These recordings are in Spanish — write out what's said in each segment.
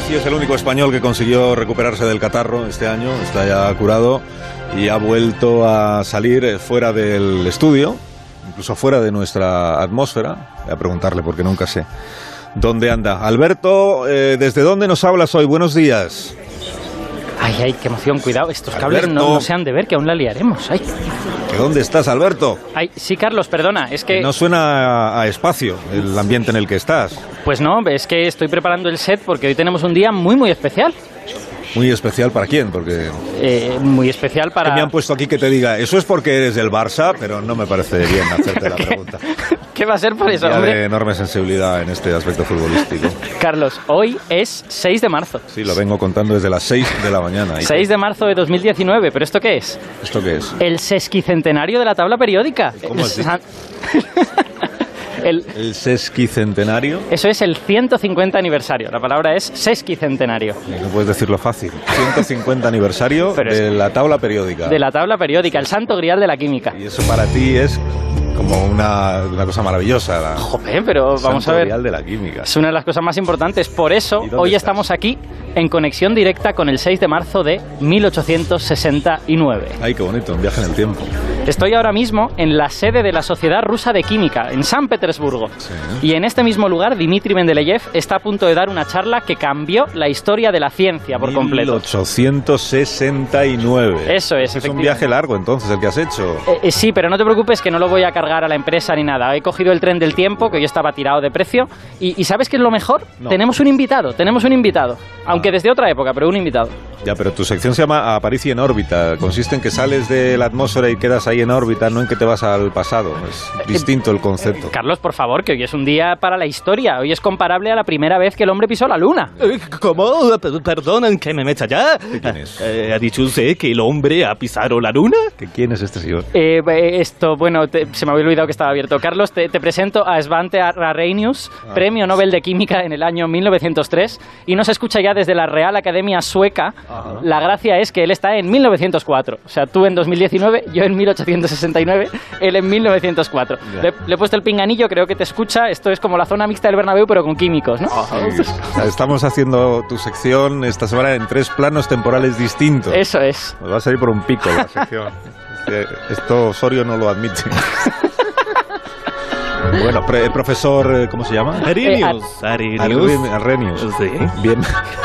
Aparicio es el único español que consiguió recuperarse del catarro este año, está ya curado y ha vuelto a salir fuera del estudio, incluso fuera de nuestra atmósfera. Voy a preguntarle porque nunca sé dónde anda. Alberto, ¿desde dónde nos hablas hoy? Buenos días. Ay, qué emoción, cuidado, estos cables no se han de ver, que aún la liaremos. Ay. ¿Dónde estás, Alberto? Ay, sí, Carlos, perdona, es que... No suena a espacio el ambiente en el que estás. Pues no, es que estoy preparando el set porque hoy tenemos un día muy, muy especial. ¿Muy especial para quién? Porque... muy especial para... Que me han puesto aquí que te diga, eso es porque eres del Barça, pero no me parece bien hacerte la pregunta. ¿Qué va a ser por eso, hombre? De enorme sensibilidad en este aspecto futbolístico. Carlos, hoy es 6 de marzo. Sí, lo vengo contando desde las 6 de la mañana. 6 de marzo de 2019, ¿pero esto qué es? ¿Esto qué es? El sesquicentenario de la tabla periódica. ¿Cómo así? ¿El sesquicentenario? Eso es el 150 aniversario. La palabra es sesquicentenario. No puedes decirlo fácil. 150 aniversario de la tabla periódica. De la tabla periódica, el santo grial de la química. Y eso para ti es como una cosa maravillosa. Joder, pero vamos a ver. El santo grial de la química. Es una de las cosas más importantes. Por eso, hoy estamos aquí en conexión directa con el 6 de marzo de 1869. Ay, qué bonito, un viaje en el tiempo. Estoy ahora mismo en la sede de la Sociedad Rusa de Química, en San Petersburgo. Sí. Y en este mismo lugar, Dmitri Mendeleev está a punto de dar una charla que cambió la historia de la ciencia por completo. 1869. Eso es, efectivamente. Es un viaje largo, entonces, el que has hecho. Sí, pero no te preocupes que no lo voy a cargar a la empresa ni nada. He cogido el tren del tiempo, que yo estaba tirado de precio. ¿Y sabes qué es lo mejor? No. Tenemos un invitado. Aunque desde otra época, pero un invitado. Ya, pero tu sección se llama Aparicio en órbita. Consiste en que sales de la atmósfera y quedas ahí en órbita, no en que te vas al pasado. Es distinto el concepto. Carlos, por favor, que hoy es un día para la historia. Hoy es comparable a la primera vez que el hombre pisó la luna. ¿Cómo? Perdonan que me meta ya. ¿Quién es? ¿Ha dicho usted que el hombre ha pisado la luna? ¿Quién es este señor? Se me había olvidado que estaba abierto. Carlos, te presento a Svante Arrhenius, premio Nobel de Química en el año 1903, y nos escucha ya desde la Real Academia Sueca. Ajá. La gracia es que él está en 1904. O sea, tú en 2019, yo en 1869, él en 1904. Le he puesto el pinganillo, creo que te escucha. Esto es como la zona mixta del Bernabéu, pero con químicos, ¿no? Sí. O sea, estamos haciendo tu sección esta semana en 3 planos temporales distintos. Eso es. Nos va a salir por un pico la sección. Esto Osorio no lo admite. Bueno, profesor, ¿cómo se llama? Arrhenius. Sí. Bien.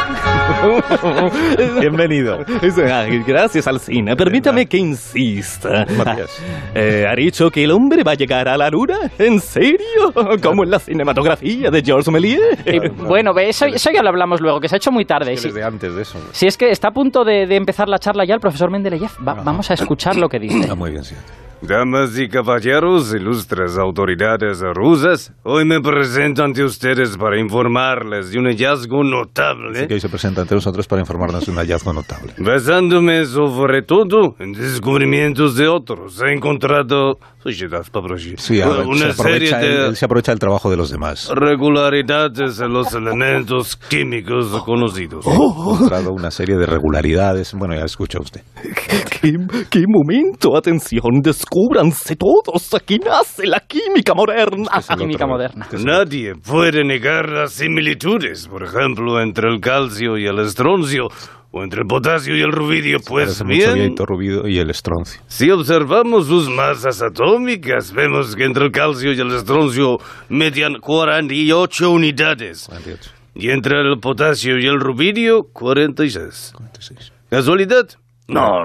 Bienvenido. Gracias, Alsina. Permítame que insista. ¿Ha dicho que el hombre va a llegar a la luna? ¿En serio? ¿Como en la cinematografía de Georges Méliès? Bueno, eso ya lo hablamos luego, que se ha hecho muy tarde. Es que desde antes de eso. Si es que está a punto de empezar la charla ya el profesor Mendeleev. Vamos a escuchar lo que dice. Muy bien, sí. Damas y caballeros, ilustres autoridades rusas, hoy me presento ante ustedes para informarles de un hallazgo notable. Sí, que hoy se presenta ante nosotros para informarnos de un hallazgo notable. Basándome sobre todo en descubrimientos de otros, he encontrado sí, una serie de... Él se aprovecha del trabajo de los demás. Regularidades en los elementos químicos conocidos. Ha encontrado una serie de regularidades. Bueno, ya escucha usted. ¿Qué momento? Atención, descúbranse todos. Aquí nace la química moderna. La química moderna. Nadie puede negar las similitudes, por ejemplo, entre el calcio y el estroncio, o entre el potasio y el rubidio. Pues bien, el rubidio y el estroncio. Si observamos sus masas atómicas, vemos que entre el calcio y el estroncio median 48 unidades. 48. Y entre el potasio y el rubidio, 46. ¿Casualidad? No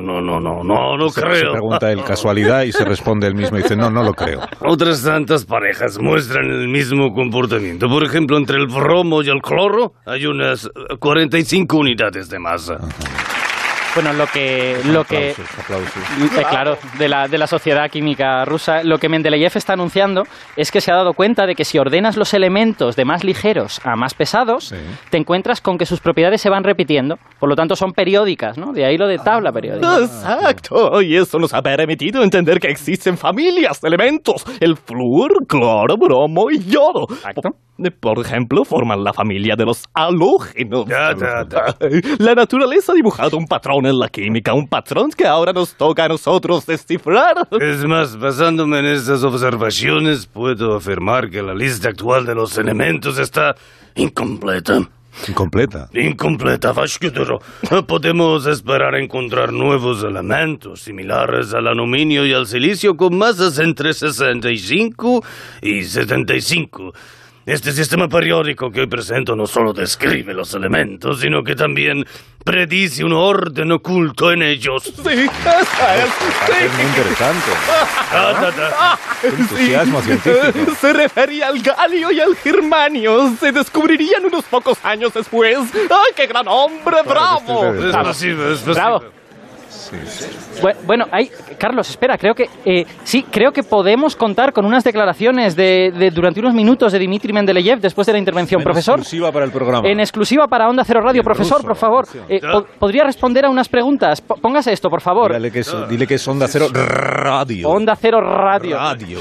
creo. Se pregunta el casualidad y se responde él mismo y dice, no lo creo. Otras tantas parejas muestran el mismo comportamiento. Por ejemplo, entre el bromo y el cloro hay unas 45 unidades de masa. Ajá. Bueno, Aplausos. Claro, de la Sociedad Química Rusa, lo que Mendeleev está anunciando es que se ha dado cuenta de que si ordenas los elementos de más ligeros a más pesados, te encuentras con que sus propiedades se van repitiendo, por lo tanto son periódicas, ¿no? De ahí lo de tabla periódica. Exacto, y eso nos ha permitido entender que existen familias de elementos, el flúor, cloro, bromo y yodo. Exacto. Por ejemplo, forman la familia de los halógenos. La naturaleza ha dibujado un patrón en la química, un patrón que ahora nos toca a nosotros descifrar. Es más, basándome en estas observaciones, puedo afirmar que la lista actual de los elementos está incompleta. Incompleta. Incompleta, Vascudero. Podemos esperar encontrar nuevos elementos similares al aluminio y al silicio con masas entre 65 y 75. Este sistema periódico que hoy presento no solo describe los elementos, sino que también predice un orden oculto en ellos. Sí, esa es. Es muy interesante. Entusiasmo científico. Se refería al galio y al germanio. Se descubrirían unos pocos años después. ¡Ay, qué gran hombre! ¡Bravo! Es posible, es posible. Bravo. Bueno, Carlos, espera, creo que creo que podemos contar con unas declaraciones de durante unos minutos de Dmitry Mendeleyev después de la intervención, profesor. En exclusiva para el programa. En exclusiva para Onda Cero Radio, profesor, ruso, por favor. ¿Podría responder a unas preguntas? Póngase esto, por favor. Dile que es Onda Cero Radio. Onda Cero Radio.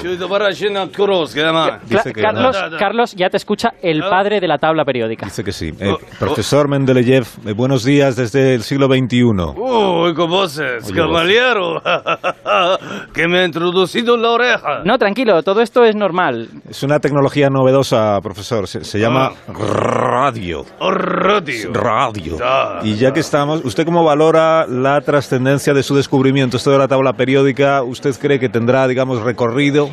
Carlos, ya te escucha el padre de la tabla periódica. Dice que sí. Profesor Mendeleyev, buenos días desde el siglo XXI. Oigo voces, caballero, que me ha introducido en la oreja. No, tranquilo, todo esto es normal. Es una tecnología novedosa, profesor. Se llama radio. Radio. Y ya que estamos, ¿usted cómo valora la trascendencia de su descubrimiento? Esto de la tabla periódica, ¿usted cree que tendrá, digamos, recorrido?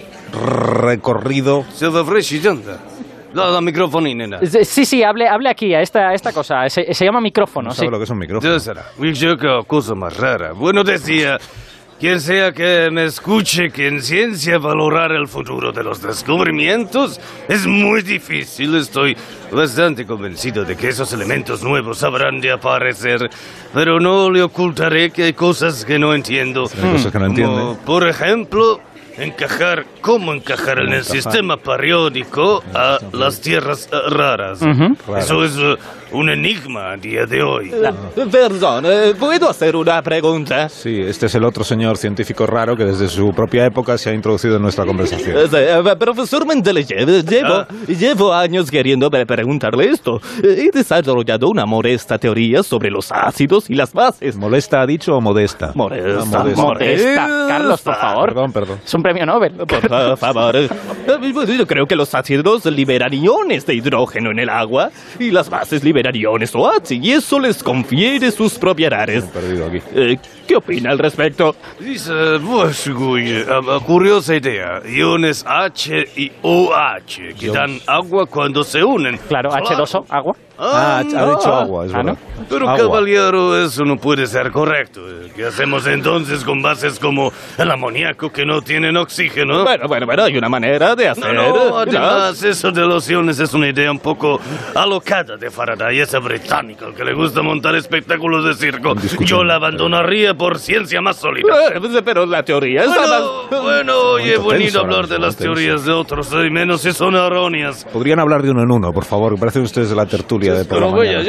La microfonina. Sí, hable aquí a esta cosa. Se llama micrófono. ¿No sabe lo que es un micrófono? Yo qué cosa más rara. Bueno, decía, quien sea que me escuche que en ciencia valorar el futuro de los descubrimientos es muy difícil. Estoy bastante convencido de que esos elementos nuevos habrán de aparecer, pero no le ocultaré que hay cosas que no entiendo. Cosas que no entiende. Como, por ejemplo, cómo encajar en el sistema periódico a las tierras raras. Eso es un enigma a día de hoy. Perdón, ¿puedo hacer una pregunta? Sí, este es el otro señor científico raro que desde su propia época se ha introducido en nuestra conversación. Profesor Mendeleyev, llevo años queriendo preguntarle esto. He desarrollado una modesta teoría sobre los ácidos y las bases. ¿Molesta ha dicho o modesta? Modesta. Carlos, por favor. Perdón. Es un premio Nobel. Por favor. Yo creo que los ácidos liberan iones de hidrógeno en el agua y las bases liberan iones OH y eso les confiere sus propiedades. Perdido aquí. ¿Qué opina al respecto? Dice, curiosa idea. Iones H y OH que dan agua cuando se unen. Claro, H2O, agua. Ha dicho agua, es verdad. ¿No? Pero, agua. caballero, eso no puede ser correcto. ¿Qué hacemos entonces con bases como el amoníaco que no tienen oxígeno? Bueno, hay una manera de hacer. No, además, eso de los iones es una idea un poco alocada de Faraday, ese británico al que le gusta montar espectáculos de circo. Yo la abandonaría por ciencia más sólida. Pero la teoría está más... Bueno, hoy he venido a hablar de las teorías de otros, y menos si son erróneas. ¿Podrían hablar de uno en uno, por favor? Parecen ustedes de la tertulia de por la mañana.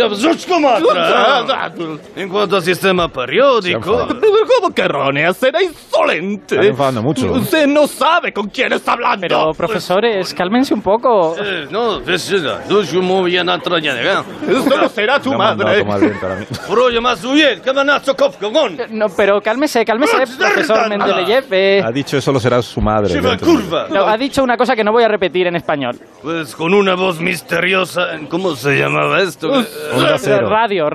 En cuanto al sistema periódico... ¿Cómo que errónea? Será insolente. Están enfadando mucho. Usted no sabe con quién está hablando. Pero, profesores, cálmense un poco. No, es muy bien atrañada. Eso no será tu madre. No, pero cálmese, profesor Mendeleyev. Ha dicho eso solo será su madre. No, ha dicho una cosa que no voy a repetir en español. Pues con una voz misteriosa. ¿Cómo se llamaba esto? Radio.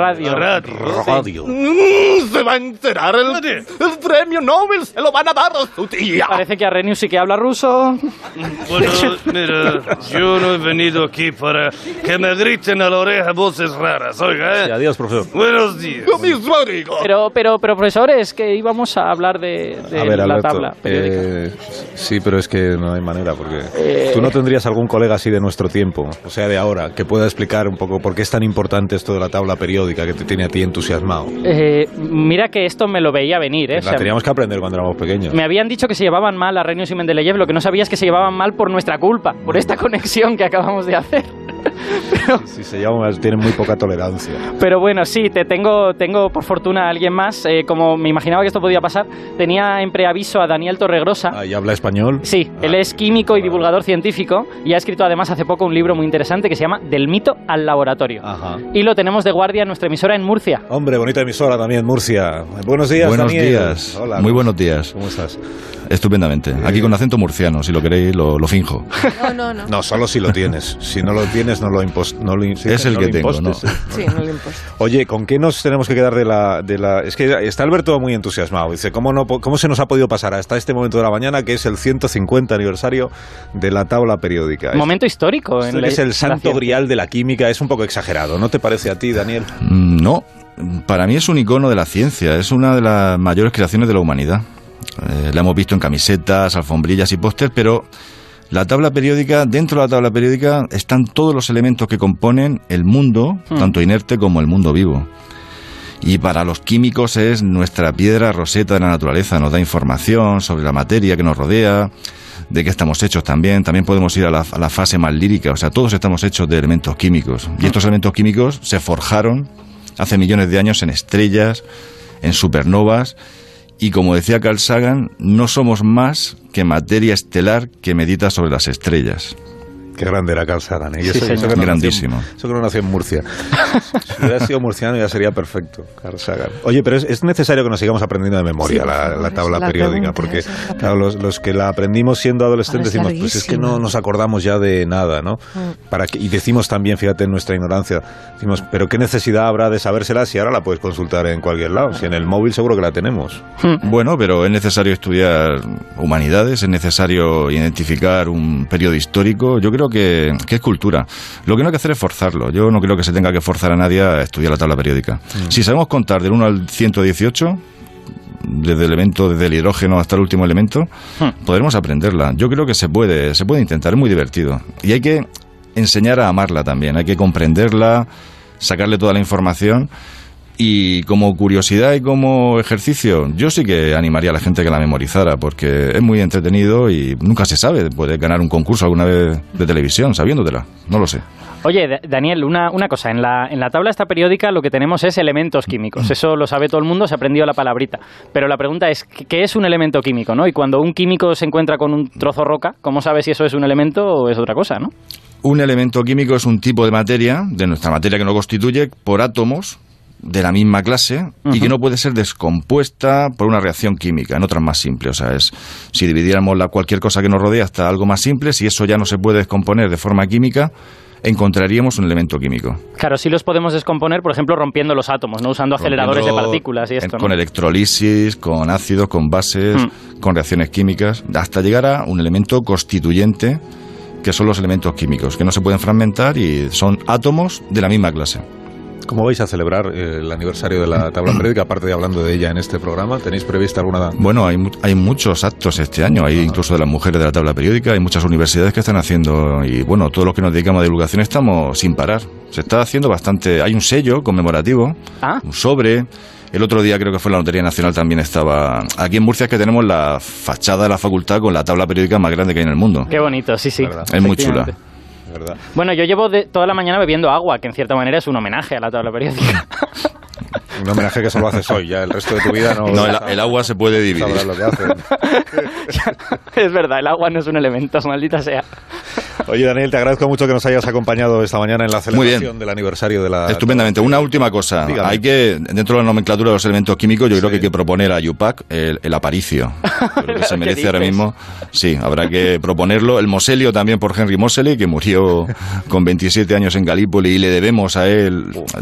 Se va a enterar el premio Nobel. Se lo van a dar a su tía. Parece que Arrhenius sí que habla ruso. Bueno, mira, yo no he venido aquí para que me griten a la oreja voces raras. Oiga, Sí, adiós, profesor. Buenos días. Lo mismo digo. Pero profesores, que íbamos a hablar de A ver, la Alberto, tabla periódica. sí, pero es que no hay manera, porque tú no tendrías algún colega así de nuestro tiempo, o sea, de ahora, que pueda explicar un poco por qué es tan importante esto de la tabla periódica que te tiene a ti entusiasmado. Mira que esto me lo veía venir, ¿eh? La teníamos que aprender cuando éramos pequeños. Me habían dicho que se llevaban mal Arrhenius y Mendeleyev, lo que no sabía es que se llevaban mal por nuestra culpa, por esta conexión que acabamos de hacer. Sí, tienen muy poca tolerancia. Pero bueno, sí, tengo por fortuna a alguien más. Como me imaginaba que esto podía pasar, tenía en preaviso a Daniel Torregrosa. ¿Y habla español? Sí, él es químico y divulgador científico y ha escrito además hace poco un libro muy interesante que se llama Del mito al laboratorio. Ajá. Y lo tenemos de guardia en nuestra emisora en Murcia. Hombre, bonita emisora también, Murcia. Buenos días, Buenos Daniel. días. Hola. Muy buenos días. ¿Cómo estás? Estupendamente. Aquí con acento murciano, si lo queréis, lo finjo. No. No, solo si lo tienes. Si no lo tienes, tienes, no lo es el que tengo, ¿no? Sí, no lo impuesto. Oye, ¿con qué nos tenemos que quedar de la...? Es que está Alberto muy entusiasmado. Dice, ¿cómo se nos ha podido pasar hasta este momento de la mañana, que es el 150 aniversario de la tabla periódica? Momento histórico. Es el santo grial de la química. Es un poco exagerado, ¿no te parece a ti, Daniel? No, para mí es un icono de la ciencia. Es una de las mayores creaciones de la humanidad. La hemos visto en camisetas, alfombrillas y póster, pero la tabla periódica, dentro de la tabla periódica están todos los elementos que componen el mundo, tanto inerte como el mundo vivo. Y para los químicos es nuestra piedra roseta de la naturaleza, nos da información sobre la materia que nos rodea, de qué estamos hechos también. También podemos ir a la fase más lírica, o sea, todos estamos hechos de elementos químicos. Y estos elementos químicos se forjaron hace millones de años en estrellas, en supernovas. Y como decía Carl Sagan, no somos más que materia estelar que medita sobre las estrellas. Qué grande era Carl Sagan, ¿eh? Grandísimo. Eso que no nació en Murcia. Si hubiera sido murciano ya sería perfecto, Carl Sagan. Oye, pero es necesario que nos sigamos aprendiendo de memoria la tabla periódica, porque claro, los que la aprendimos siendo adolescentes decimos, pues es que no nos acordamos ya de nada, ¿no? Y decimos también, fíjate en nuestra ignorancia, decimos, pero ¿qué necesidad habrá de sabérsela si ahora la puedes consultar en cualquier lado? Si en el móvil seguro que la tenemos. Bueno, pero es necesario estudiar humanidades, es necesario identificar un periodo histórico. Yo creo que es cultura. Lo que no hay que hacer es forzarlo. Yo no creo que se tenga que forzar a nadie a estudiar la tabla periódica. Si sabemos contar del 1 al 118, desde el hidrógeno hasta el último elemento, podremos aprenderla. Yo creo que se puede intentar, es muy divertido. Y hay que enseñar a amarla también, hay que comprenderla, sacarle toda la información. Y como curiosidad y como ejercicio, yo sí que animaría a la gente que la memorizara, porque es muy entretenido y nunca se sabe, puede ganar un concurso alguna vez de televisión, sabiéndotela, no lo sé. Oye, Daniel, una cosa, en la tabla esta periódica lo que tenemos es elementos químicos, eso lo sabe todo el mundo, se ha aprendido la palabrita, pero la pregunta es, ¿qué es un elemento químico, no? Y cuando un químico se encuentra con un trozo roca, ¿cómo sabe si eso es un elemento o es otra cosa, no? Un elemento químico es un tipo de materia, de nuestra materia que nos constituye, por átomos de la misma clase y que no puede ser descompuesta por una reacción química, en otras más simples. O sea, es si dividiéramos cualquier cosa que nos rodea hasta algo más simple, si eso ya no se puede descomponer de forma química, encontraríamos un elemento químico. Claro, sí los podemos descomponer, por ejemplo, rompiendo los átomos, no usando aceleradores de partículas y esto, ¿no? Con electrolisis, con ácidos, con bases, con reacciones químicas, hasta llegar a un elemento constituyente, que son los elementos químicos, que no se pueden fragmentar y son átomos de la misma clase. ¿Cómo vais a celebrar el aniversario de la tabla periódica, aparte de hablando de ella en este programa? ¿Tenéis prevista alguna...? Bueno, hay muchos actos este año, hay incluso de las mujeres de la tabla periódica, hay muchas universidades que están haciendo, y bueno, todos los que nos dedicamos a divulgación estamos sin parar. Se está haciendo bastante, hay un sello conmemorativo, un sobre. El otro día creo que fue la Lotería Nacional, también estaba. Aquí en Murcia es que tenemos la fachada de la facultad con la tabla periódica más grande que hay en el mundo. Qué bonito, sí. Es muy chula. ¿Verdad? Bueno, yo llevo toda la mañana bebiendo agua, que en cierta manera es un homenaje a la tabla periódica. Un homenaje que solo haces hoy, ya el resto de tu vida no... No, el agua se puede dividir. Sabrás lo que hacen. Es verdad, el agua no es un elemento, maldita sea. Oye, Daniel, te agradezco mucho que nos hayas acompañado esta mañana en la celebración del aniversario de la... Estupendamente. Una última cosa. Dígame. Hay que, dentro de la nomenclatura de los elementos químicos, yo creo que hay que proponer a Yupac el aparicio. Creo que se merece ahora mismo. Sí, habrá que proponerlo. El Moselio también por Henry Moseley, que murió con 27 años en Galípoli, y le debemos a él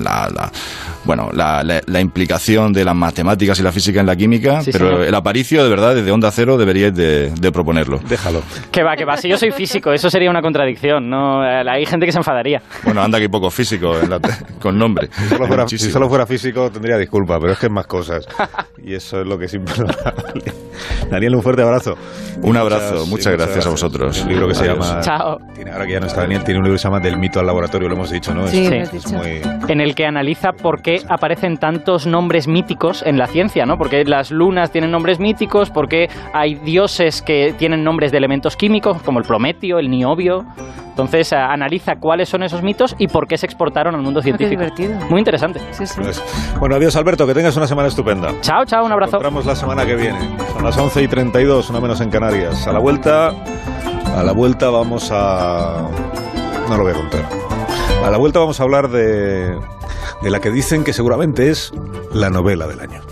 la implicación de las matemáticas y la física en la química, pero señor. El aparicio, de verdad, desde Onda Cero deberíais de proponerlo. Déjalo. Que va, si yo soy físico, eso sería una contradicción, ¿no? Hay gente que se enfadaría. Bueno, anda que hay pocos físicos con nombre. Si solo fuera físico tendría disculpa, pero es que es más cosas. Y eso es lo que es imperdonable. Daniel, un fuerte abrazo. Un abrazo, muchas gracias a vosotros. Un libro que se llama... Chao. Ahora que ya no está Daniel, tiene un libro que se llama Del mito al laboratorio, lo hemos dicho, ¿no? Sí, es muy... En el que analiza por qué aparecen tantos nombres míticos en la ciencia, ¿no? Porque las lunas tienen nombres míticos, porque hay dioses que tienen nombres de elementos químicos, como el Prometeo, el Niobio. Entonces analiza cuáles son esos mitos y por qué se exportaron al mundo científico. Qué divertido. Muy interesante. Sí. Pues, bueno, adiós Alberto, que tengas una semana estupenda. Chao, un abrazo. Nos encontramos la semana que viene. Son las 11:32, una menos en Canarias. A la vuelta vamos a... No lo voy a contar. A la vuelta vamos a hablar de la que dicen que seguramente es la novela del año.